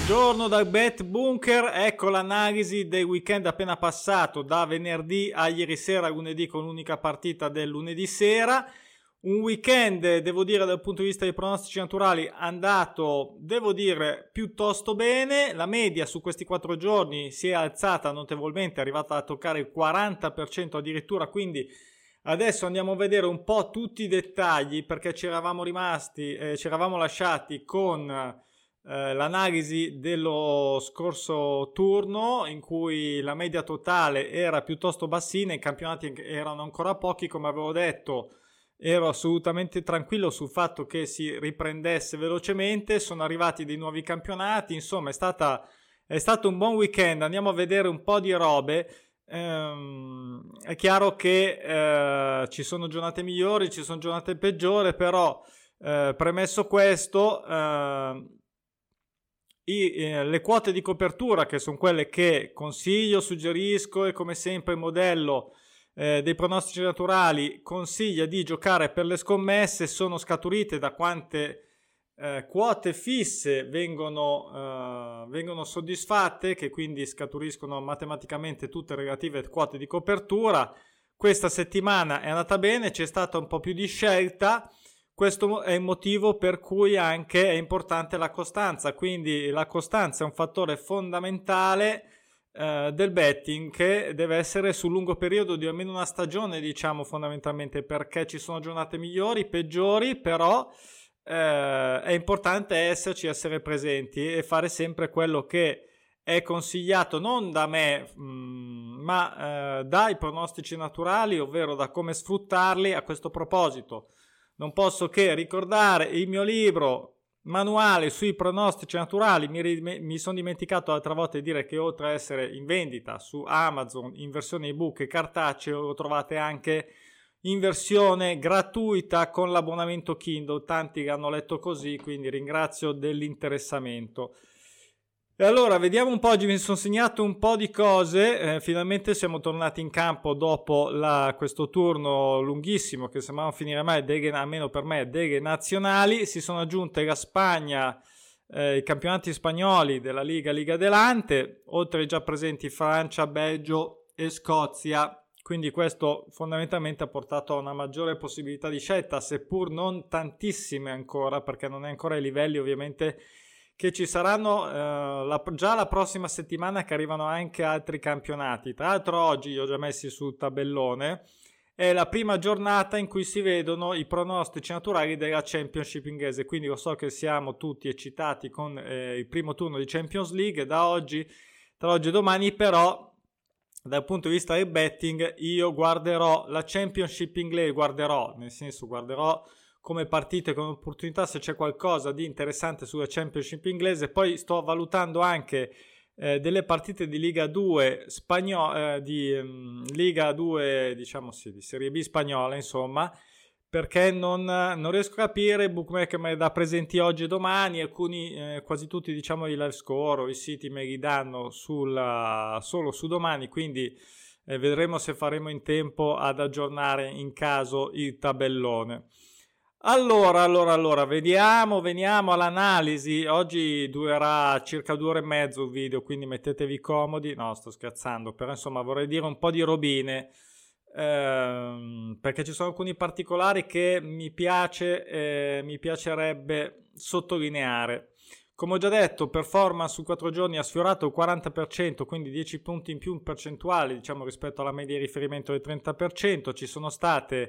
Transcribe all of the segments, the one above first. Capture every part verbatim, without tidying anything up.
Buongiorno dal Bet Bunker, ecco l'analisi del weekend appena passato da venerdì a ieri sera, lunedì, con l'unica partita del lunedì sera. Un weekend, devo dire, dal punto di vista dei pronostici naturali andato, devo dire, piuttosto bene. La media su questi quattro giorni si è alzata notevolmente, è arrivata a toccare il quaranta per cento addirittura, quindi adesso andiamo a vedere un po' tutti i dettagli, perché ci eravamo rimasti, eh, ci eravamo lasciati con eh, l'analisi dello scorso turno, in cui la media totale era piuttosto bassina, i campionati erano ancora pochi, come avevo detto. Ero assolutamente tranquillo sul fatto che si riprendesse velocemente, sono arrivati dei nuovi campionati, insomma è, stata, è stato un buon weekend. Andiamo a vedere un po' di robe. Ehm, è chiaro che eh, ci sono giornate migliori, ci sono giornate peggiori, però eh, premesso questo, eh, i, eh, le quote di copertura, che sono quelle che consiglio, suggerisco, e come sempre il modello Eh, dei pronostici naturali consiglia di giocare per le scommesse, sono scaturite da quante eh, quote fisse vengono, eh, vengono soddisfatte, che quindi scaturiscono matematicamente tutte le relative quote di copertura. Questa settimana è andata bene, c'è stata un po' più di scelta, questo è il motivo per cui anche è importante la costanza, quindi la costanza è un fattore fondamentale Uh, del betting, che deve essere sul lungo periodo di almeno una stagione, diciamo, fondamentalmente, perché ci sono giornate migliori, peggiori, però uh, è importante esserci, essere presenti e fare sempre quello che è consigliato non da me mh, ma uh, dai pronostici naturali, ovvero da come sfruttarli. A questo proposito non posso che ricordare il mio libro manuale sui pronostici naturali. Mi, mi sono dimenticato l'altra volta di dire che, oltre a essere in vendita su Amazon in versione ebook e cartaceo, lo trovate anche in versione gratuita con l'abbonamento Kindle. Tanti hanno letto così, quindi ringrazio dell'interessamento. E allora vediamo un po'. Oggi mi sono segnato un po' di cose, eh, finalmente siamo tornati in campo dopo la, questo turno lunghissimo che sembrava finire mai, deghe, almeno per me, deghe nazionali. Si sono aggiunte la Spagna, eh, i campionati spagnoli della Liga Liga Adelante, oltre ai già presenti Francia, Belgio e Scozia, quindi questo fondamentalmente ha portato a una maggiore possibilità di scelta, seppur non tantissime ancora, perché non è ancora ai livelli ovviamente che ci saranno eh, la, già la prossima settimana, che arrivano anche altri campionati. Tra l'altro oggi li ho già messi sul tabellone, è la prima giornata in cui si vedono i pronostici naturali della Championship inglese, quindi lo so che siamo tutti eccitati con eh, il primo turno di Champions League da oggi, tra oggi e domani, però dal punto di vista del betting io guarderò la Championship inglese, guarderò, nel senso guarderò come partite, come opportunità, se c'è qualcosa di interessante sulla Championship inglese. Poi sto valutando anche eh, delle partite di Liga due spagnola, eh, di um, Liga due, diciamo sì, di Serie B spagnola, insomma, perché non, non riesco a capire. Il bookmaker me li dà presenti oggi e domani, alcuni, eh, quasi tutti, diciamo, i live score o i siti me li danno sulla, solo su domani, quindi eh, vedremo se faremo in tempo ad aggiornare in caso il tabellone. Allora, allora, allora, vediamo, veniamo all'analisi. Oggi durerà circa due ore e mezzo il video, quindi mettetevi comodi. No, sto scherzando, però insomma vorrei dire un po' di robine, ehm, perché ci sono alcuni particolari che mi piace, eh, mi piacerebbe sottolineare. Come ho già detto, performance su quattro giorni ha sfiorato il quaranta per cento, quindi dieci punti in più in percentuale, diciamo, rispetto alla media di riferimento del trenta per cento. Ci sono state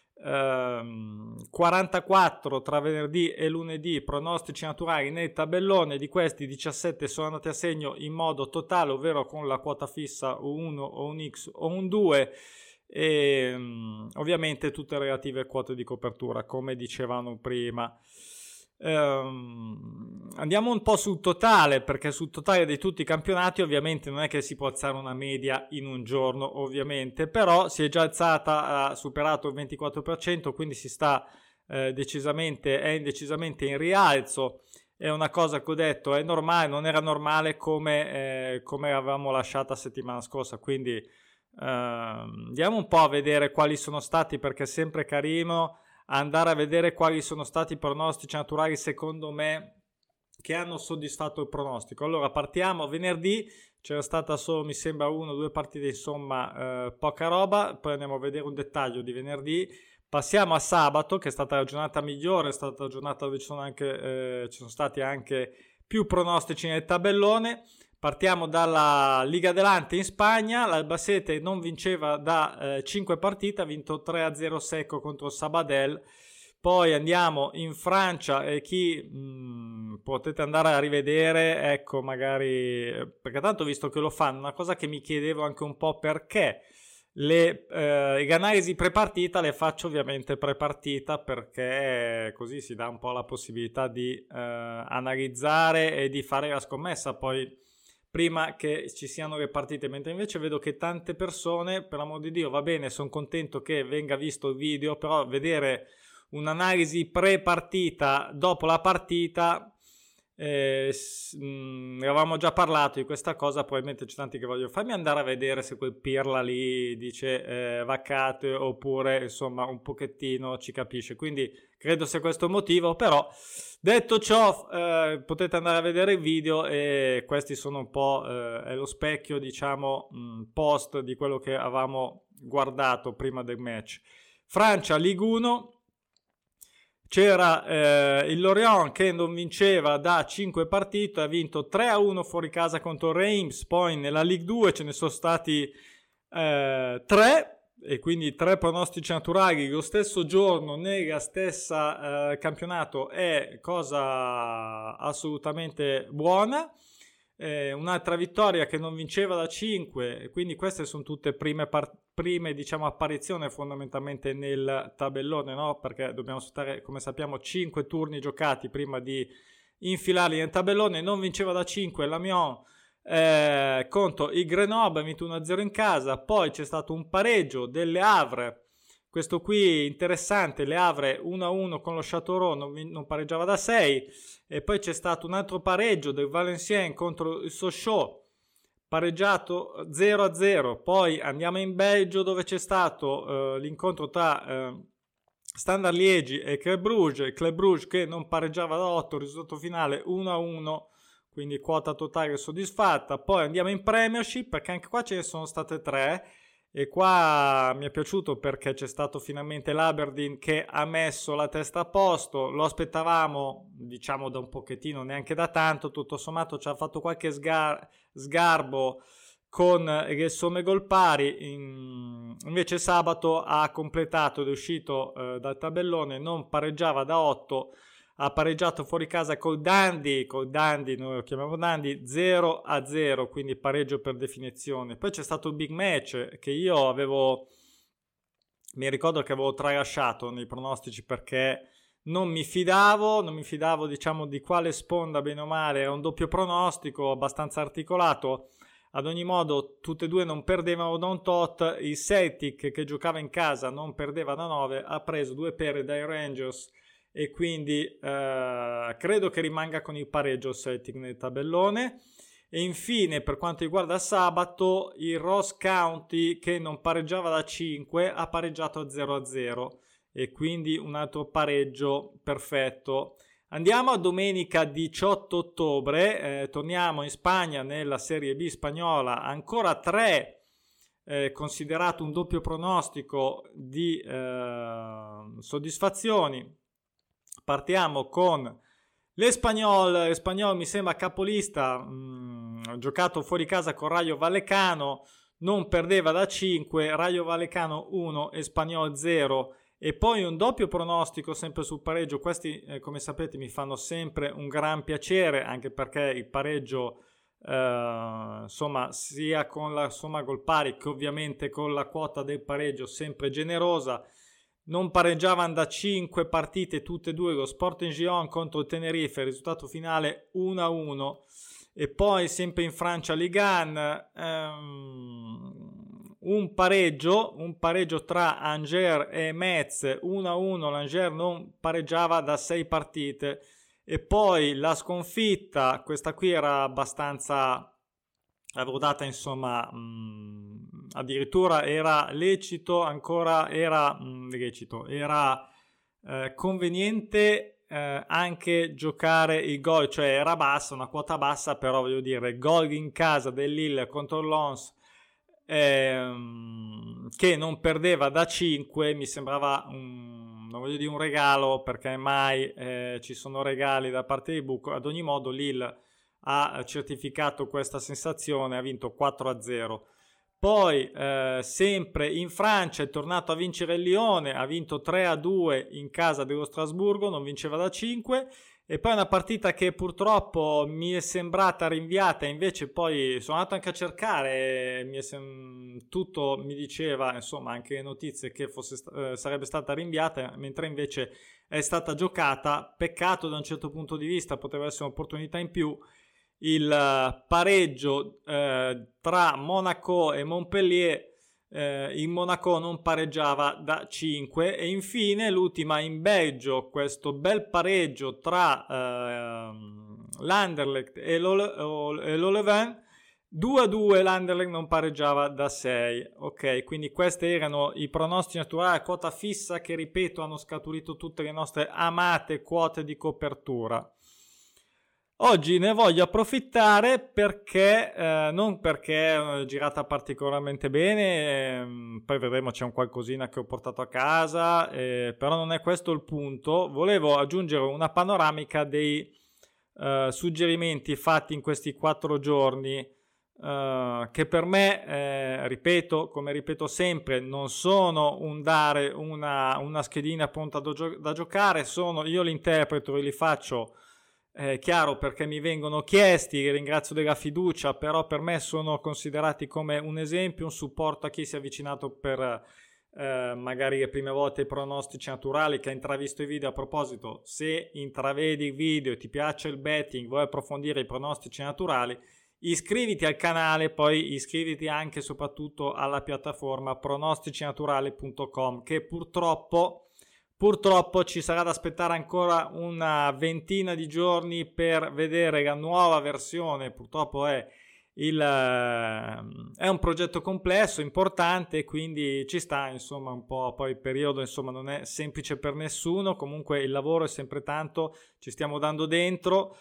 quarantaquattro tra venerdì e lunedì pronostici naturali nel tabellone. Di questi diciassette sono andati a segno in modo totale, ovvero con la quota fissa o uno o un X o un due, e ovviamente tutte relative quote di copertura, come dicevano prima. Um, andiamo un po' sul totale, perché sul totale di tutti i campionati ovviamente non è che si può alzare una media in un giorno, ovviamente, però si è già alzata, ha superato il ventiquattro per cento, quindi si sta eh, decisamente, è decisamente in rialzo. È una cosa che ho detto, è normale, non era normale come, eh, come avevamo lasciata settimana scorsa, quindi eh, andiamo un po' a vedere quali sono stati, perché è sempre carino andare a vedere quali sono stati i pronostici naturali secondo me che hanno soddisfatto il pronostico. Allora partiamo venerdì, c'era stata solo mi sembra uno o due partite, insomma eh, poca roba, poi andiamo a vedere un dettaglio di venerdì. Passiamo a sabato, che è stata la giornata migliore, è stata la giornata dove ci sono, anche, eh, ci sono stati anche più pronostici nel tabellone. Partiamo dalla Liga Adelante in Spagna. L'Albacete non vinceva da eh, cinque partite, ha vinto tre a zero secco contro il Sabadell. Poi andiamo in Francia e chi mh, potete andare a rivedere, ecco, magari, perché tanto visto che lo fanno, una cosa che mi chiedevo anche un po' perché le eh, analisi prepartita le faccio ovviamente prepartita, perché così si dà un po' la possibilità di eh, analizzare e di fare la scommessa poi prima che ci siano le partite, mentre invece vedo che tante persone, per amor di Dio, va bene, sono contento che venga visto il video, però vedere un'analisi pre-partita dopo la partita, eh, mh, avevamo già parlato di questa cosa, probabilmente c'è tanti che vogliono farmi andare a vedere se quel Pirla lì dice eh, vaccate oppure insomma un pochettino ci capisce, quindi credo sia questo il motivo. Però detto ciò eh, potete andare a vedere il video e questi sono un po' eh, è lo specchio, diciamo, mh, post di quello che avevamo guardato prima del match. Francia, Ligue uno. C'era eh, il Lorient che non vinceva da cinque partite, ha vinto tre a uno fuori casa contro Reims. Poi nella Ligue due ce ne sono stati eh, tre, e quindi tre pronostici naturali lo stesso giorno nella stessa eh, campionato è cosa assolutamente buona. Eh, un'altra vittoria che non vinceva da cinque, quindi queste sono tutte prime, par- prime diciamo apparizioni fondamentalmente nel tabellone, no? Perché dobbiamo aspettare, come sappiamo, cinque turni giocati prima di infilarli nel tabellone. Non vinceva da cinque l'Amiens eh, contro il Grenoble, ha vinto uno a zero in casa. Poi c'è stato un pareggio delle Havre, questo qui interessante, Le Havre uno a uno con lo Châteauroux, non, non pareggiava da sei. E poi c'è stato un altro pareggio del Valenciennes contro il Sochaux, pareggiato zero a zero. Poi andiamo in Belgio, dove c'è stato eh, l'incontro tra eh, Standard Liegi e Club Brugge, Club Brugge che non pareggiava da otto, risultato finale uno a uno, quindi quota totale soddisfatta. Poi andiamo in Premiership, perché anche qua ce ne sono state tre. E qua mi è piaciuto perché c'è stato finalmente l'Aberdeen che ha messo la testa a posto. Lo aspettavamo, diciamo, da un pochettino, neanche da tanto, tutto sommato ci ha fatto qualche sgar- sgarbo con le somme gol pari. In... invece sabato ha completato ed è uscito eh, dal tabellone, non pareggiava da otto, ha pareggiato fuori casa col Dundee, col Dundee, noi lo chiamiamo Dundee, zero a zero, quindi pareggio per definizione. Poi c'è stato il big match che io avevo, mi ricordo che avevo tralasciato nei pronostici perché non mi fidavo, non mi fidavo diciamo di quale sponda bene o male, era un doppio pronostico abbastanza articolato. Ad ogni modo tutte e due non perdevano da un tot. Il Celtic che giocava in casa non perdeva da nove, ha preso due pere dai Rangers e quindi eh, credo che rimanga con il pareggio Celtic nel tabellone. E infine per quanto riguarda sabato, il Ross County che non pareggiava da cinque ha pareggiato a zero a zero e quindi un altro pareggio perfetto. Andiamo a domenica diciotto ottobre, eh, torniamo in Spagna nella Serie B spagnola, ancora tre, eh, considerato un doppio pronostico di eh, soddisfazioni. Partiamo con l'Espanyol, l'Espanyol mi sembra capolista, mh, giocato fuori casa con Rayo Vallecano, non perdeva da cinque, Rayo Vallecano uno, Espanyol zero. E poi un doppio pronostico sempre sul pareggio. Questi eh, come sapete mi fanno sempre un gran piacere, anche perché il pareggio eh, insomma sia con la somma gol pari che ovviamente con la quota del pareggio sempre generosa. Non pareggiavano da cinque partite tutte e due lo Sporting Gijón contro il Tenerife, risultato finale uno a uno. E poi sempre in Francia Ligue uno ehm, un pareggio, un pareggio tra Angers e Metz uno a uno. L'Angers non pareggiava da sei partite. E poi la sconfitta, questa qui era abbastanza, avevo data insomma mh, addirittura era lecito, ancora era mh, lecito, era eh, conveniente eh, anche giocare il gol, cioè era bassa, una quota bassa, però voglio dire, gol in casa del Lille contro l'Ons, ehm, che non perdeva da cinque, mi sembrava un, non voglio dire un regalo, perché mai eh, ci sono regali da parte di Bucco. Ad ogni modo Lille ha certificato questa sensazione, ha vinto quattro a zero. Poi eh, sempre in Francia è tornato a vincere il Lione, ha vinto tre a due in casa dello Strasburgo, non vinceva da cinque. E poi una partita che purtroppo mi è sembrata rinviata, invece poi sono andato anche a cercare, mi è sem- tutto mi diceva, insomma anche le notizie, che fosse sta- eh, sarebbe stata rinviata, mentre invece è stata giocata. Peccato da un certo punto di vista, poteva essere un'opportunità in più. Il uh, pareggio eh, tra Monaco e Montpellier, eh, il Monaco non pareggiava da cinque. E infine l'ultima in Belgio, questo bel pareggio tra eh, l'Anderlecht e l'O-Leuven, due a due. L'Anderlecht non pareggiava da sei. Ok, quindi questi erano i pronostici naturali a quota fissa che, ripeto, hanno scaturito tutte le nostre amate quote di copertura. Oggi ne voglio approfittare perché, eh, non perché è una girata particolarmente bene, ehm, poi vedremo, c'è un qualcosina che ho portato a casa, eh, però non è questo il punto. Volevo aggiungere una panoramica dei eh, suggerimenti fatti in questi quattro giorni, eh, che per me, eh, ripeto, come ripeto sempre, non sono un dare una, una schedina pronta da, gio- da giocare, sono, io li interpreto e li faccio. È eh, chiaro, perché mi vengono chiesti, ringrazio della fiducia, però per me sono considerati come un esempio, un supporto a chi si è avvicinato per eh, magari le prime volte ai pronostici naturali, che ha intravisto i video. A proposito, se intravedi il video e ti piace il betting, vuoi approfondire i pronostici naturali, iscriviti al canale, poi iscriviti anche e soprattutto alla piattaforma pronostici naturali punto com, che purtroppo Purtroppo ci sarà da aspettare ancora una ventina di giorni per vedere la nuova versione. Purtroppo è, il, è un progetto complesso, importante, quindi ci sta, insomma, un po'. Poi il periodo, insomma, non è semplice per nessuno. Comunque il lavoro è sempre tanto, ci stiamo dando dentro.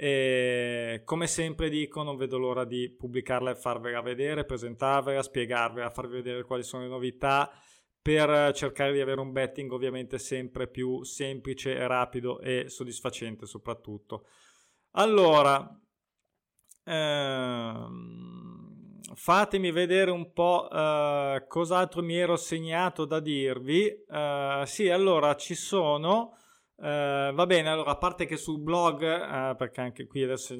E come sempre dico, non vedo l'ora di pubblicarla e farvela vedere, presentarvela, spiegarvela, farvi vedere quali sono le novità, per cercare di avere un betting ovviamente sempre più semplice, rapido e soddisfacente soprattutto. Allora, ehm, fatemi vedere un po' eh, cos'altro mi ero segnato da dirvi. Eh, sì, allora ci sono, eh, va bene, allora a parte che sul blog, eh, perché anche qui adesso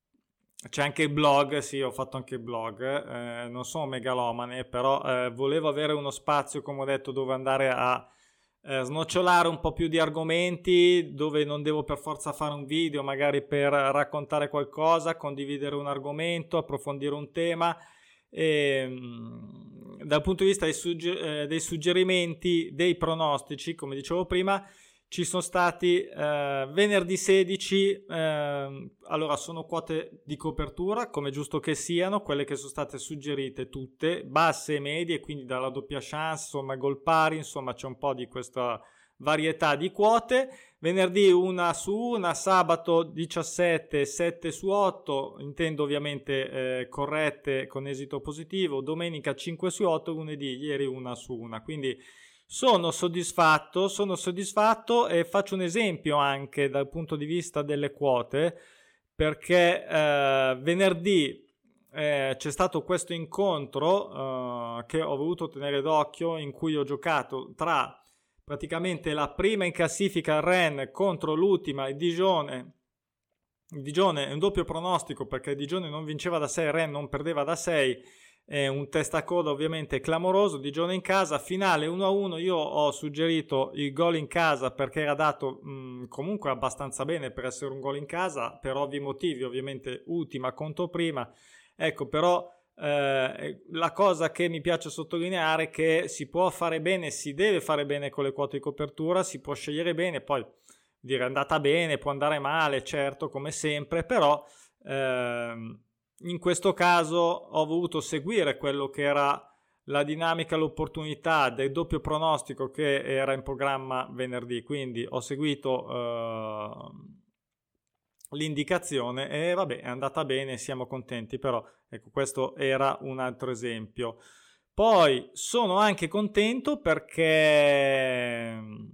c'è anche il blog, sì, ho fatto anche il blog, eh, non sono megalomane, però eh, volevo avere uno spazio, come ho detto, dove andare a eh, snocciolare un po' più di argomenti, dove non devo per forza fare un video, magari per raccontare qualcosa, condividere un argomento, approfondire un tema. E, mh, dal punto di vista dei, sugger- eh, dei suggerimenti, dei pronostici, come dicevo prima, ci sono stati eh, venerdì sedici, eh, allora sono quote di copertura, come giusto che siano, quelle che sono state suggerite tutte, basse e medie, quindi dalla doppia chance, insomma gol pari, insomma c'è un po' di questa varietà di quote. Venerdì una su una, sabato diciassette, sette su otto, intendo ovviamente eh, corrette con esito positivo, domenica cinque su otto, lunedì ieri una su una, quindi Sono soddisfatto, sono soddisfatto e faccio un esempio anche dal punto di vista delle quote, perché eh, venerdì eh, c'è stato questo incontro eh, che ho voluto tenere d'occhio, in cui ho giocato tra praticamente la prima in classifica Rennes contro l'ultima, il Digione. Il Digione è un doppio pronostico, perché il Digione non vinceva da sei, Rennes non perdeva da sei. È un testacoda ovviamente clamoroso. Digione in casa, finale uno a uno. Io ho suggerito il gol in casa perché era dato mh, comunque abbastanza bene per essere un gol in casa, per ovvi motivi, ovviamente ultima contro prima. Ecco, però eh, la cosa che mi piace sottolineare è che si può fare bene, si deve fare bene con le quote di copertura, si può scegliere bene, poi dire è andata bene, può andare male, certo, come sempre, però ehm, in questo caso ho voluto seguire quello che era la dinamica, l'opportunità del doppio pronostico che era in programma venerdì, quindi ho seguito uh, l'indicazione e vabbè, è andata bene, siamo contenti. Però ecco, questo era un altro esempio. Poi sono anche contento perché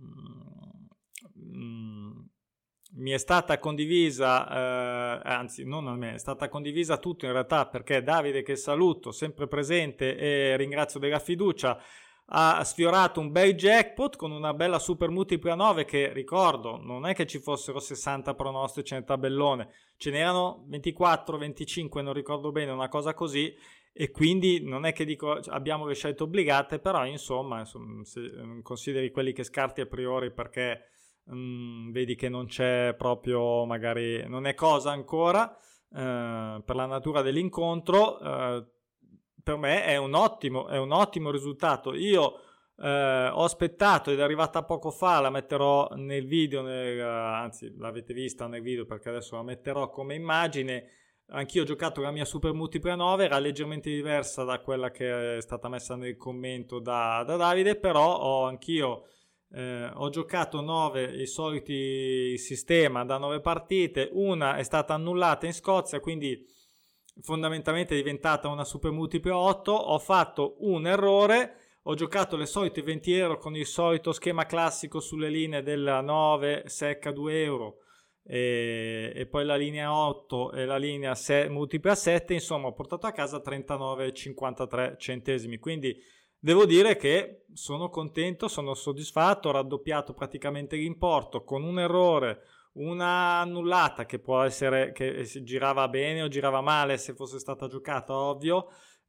mm, mi è stata condivisa, eh, anzi non a me, è stata condivisa tutto in realtà, perché Davide, che saluto, sempre presente e ringrazio della fiducia, ha sfiorato un bel jackpot con una bella super multipla nove, che ricordo non è che ci fossero sessanta pronostici nel tabellone, ce n'erano ventiquattro venticinque, non ricordo bene, una cosa così, e quindi non è che dico abbiamo le scelte obbligate, però insomma, insomma se consideri quelli che scarti a priori perché mh, vedi che non c'è proprio, magari non è cosa ancora, eh, per la natura dell'incontro, eh, per me è un ottimo, è un ottimo risultato. Io eh, ho aspettato, ed è arrivata poco fa, la metterò nel video, nel, anzi l'avete vista nel video perché adesso la metterò come immagine. Anch'io ho giocato la mia super multipla nove, era leggermente diversa da quella che è stata messa nel commento da, da Davide, però ho anch'io eh, ho giocato nove, i soliti sistema da nove partite, una è stata annullata in Scozia, quindi fondamentalmente è diventata una super multipla otto. Ho fatto un errore, ho giocato le solite venti euro con il solito schema classico sulle linee della nove secca due euro e, e poi la linea otto e la linea se, multipla sette, insomma ho portato a casa trentanove virgola cinquantatré centesimi, quindi devo dire che sono contento, sono soddisfatto, ho raddoppiato praticamente l'importo con un errore, una annullata che può essere che si girava bene o girava male se fosse stata giocata, ovvio.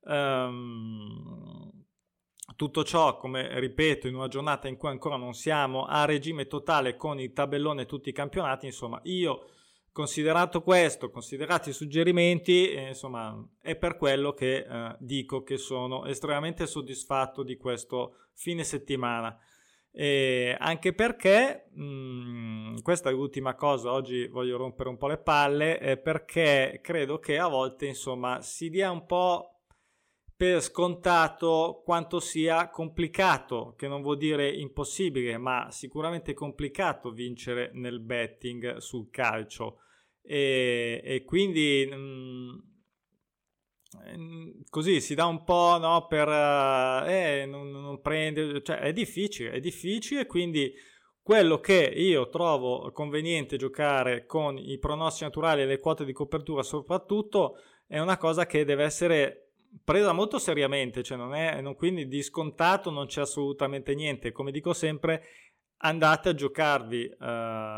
Um, tutto ciò, come ripeto, in una giornata in cui ancora non siamo a regime totale con il tabellone e tutti i campionati, insomma, io, considerato questo, considerati i suggerimenti, eh, insomma, è per quello che eh, dico che sono estremamente soddisfatto di questo fine settimana. E anche perché mh, questa è l'ultima cosa, oggi voglio rompere un po' le palle, eh, perché credo che a volte, insomma, si dia un po' per scontato quanto sia complicato, che non vuol dire impossibile, ma sicuramente complicato vincere nel betting sul calcio, e, e quindi mh, così si dà un po', no, per eh, non, non prende, cioè è difficile, è difficile, quindi quello che io trovo conveniente giocare con i pronostici naturali e le quote di copertura soprattutto è una cosa che deve essere presa molto seriamente, cioè non è, non, quindi di scontato non c'è assolutamente niente. Come dico sempre, andate a giocarvi, uh,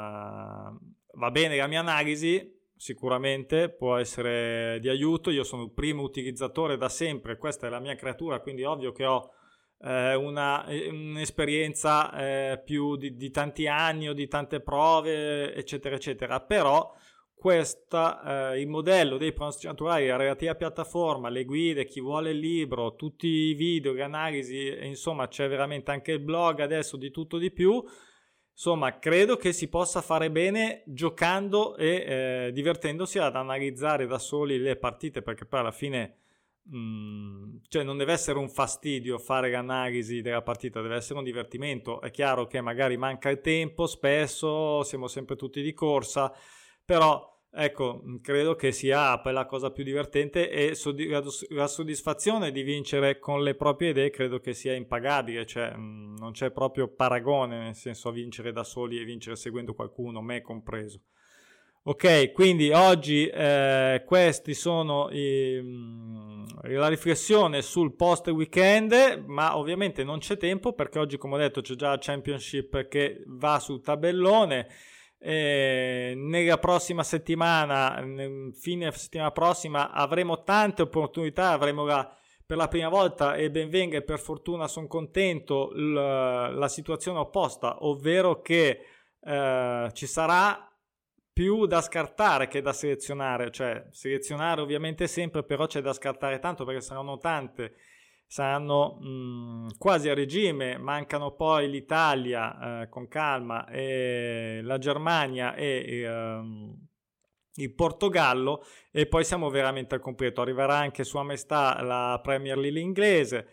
va bene la mia analisi, sicuramente può essere di aiuto, io sono il primo utilizzatore da sempre, questa è la mia creatura, quindi ovvio che ho eh, una, un'esperienza eh, più di, di tanti anni o di tante prove, eccetera eccetera, però questa, eh, il modello dei pronostici naturali, la relativa piattaforma, le guide, chi vuole il libro, tutti i video, le analisi, insomma c'è veramente anche il blog adesso di tutto di più. Insomma, credo che si possa fare bene giocando e eh, divertendosi ad analizzare da soli le partite, perché poi alla fine mh, cioè non deve essere un fastidio fare l'analisi della partita, deve essere un divertimento. È chiaro che magari manca il tempo, spesso siamo sempre tutti di corsa, però ecco, credo che sia poi la cosa più divertente, e la soddisfazione di vincere con le proprie idee credo che sia impagabile, cioè non c'è proprio paragone, nel senso, a vincere da soli e vincere seguendo qualcuno, me compreso. Ok, quindi oggi eh, questi sono i, la riflessione sul post weekend, ma ovviamente non c'è tempo perché oggi, come ho detto, c'è già la Championship che va sul tabellone. Eh, nella prossima settimana, fine settimana prossima, avremo tante opportunità, avremo la, per la prima volta, e ben venga, e per fortuna sono contento, la, la situazione opposta, ovvero che eh, ci sarà più da scartare che da selezionare, cioè selezionare ovviamente sempre, però c'è da scartare tanto perché saranno tante, saranno mh, quasi a regime, mancano poi l'Italia eh, con calma, e la Germania e eh, il Portogallo, e poi siamo veramente al completo. Arriverà anche Sua Maestà la Premier League inglese,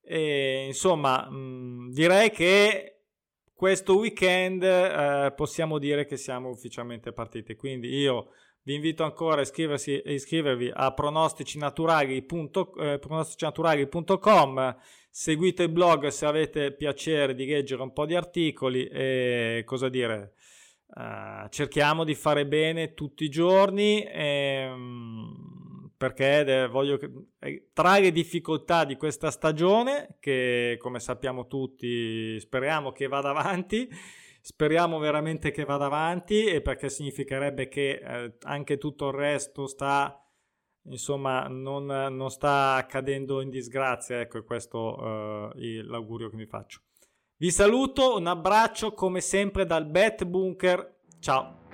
E, insomma, mh, direi che questo weekend eh, possiamo dire che siamo ufficialmente partiti, quindi io vi invito ancora a iscriversi, a iscrivervi a pronosticinaturali punto com, seguite il blog se avete piacere di leggere un po' di articoli e cosa dire, uh, cerchiamo di fare bene tutti i giorni, ehm, perché voglio che, tra le difficoltà di questa stagione, che come sappiamo tutti speriamo che vada avanti, speriamo veramente che vada avanti, e perché significherebbe che eh, anche tutto il resto sta, insomma, non, non sta accadendo in disgrazia. Ecco, è questo eh, l'augurio che mi faccio. Vi saluto, un abbraccio come sempre dal Bet Bunker, ciao!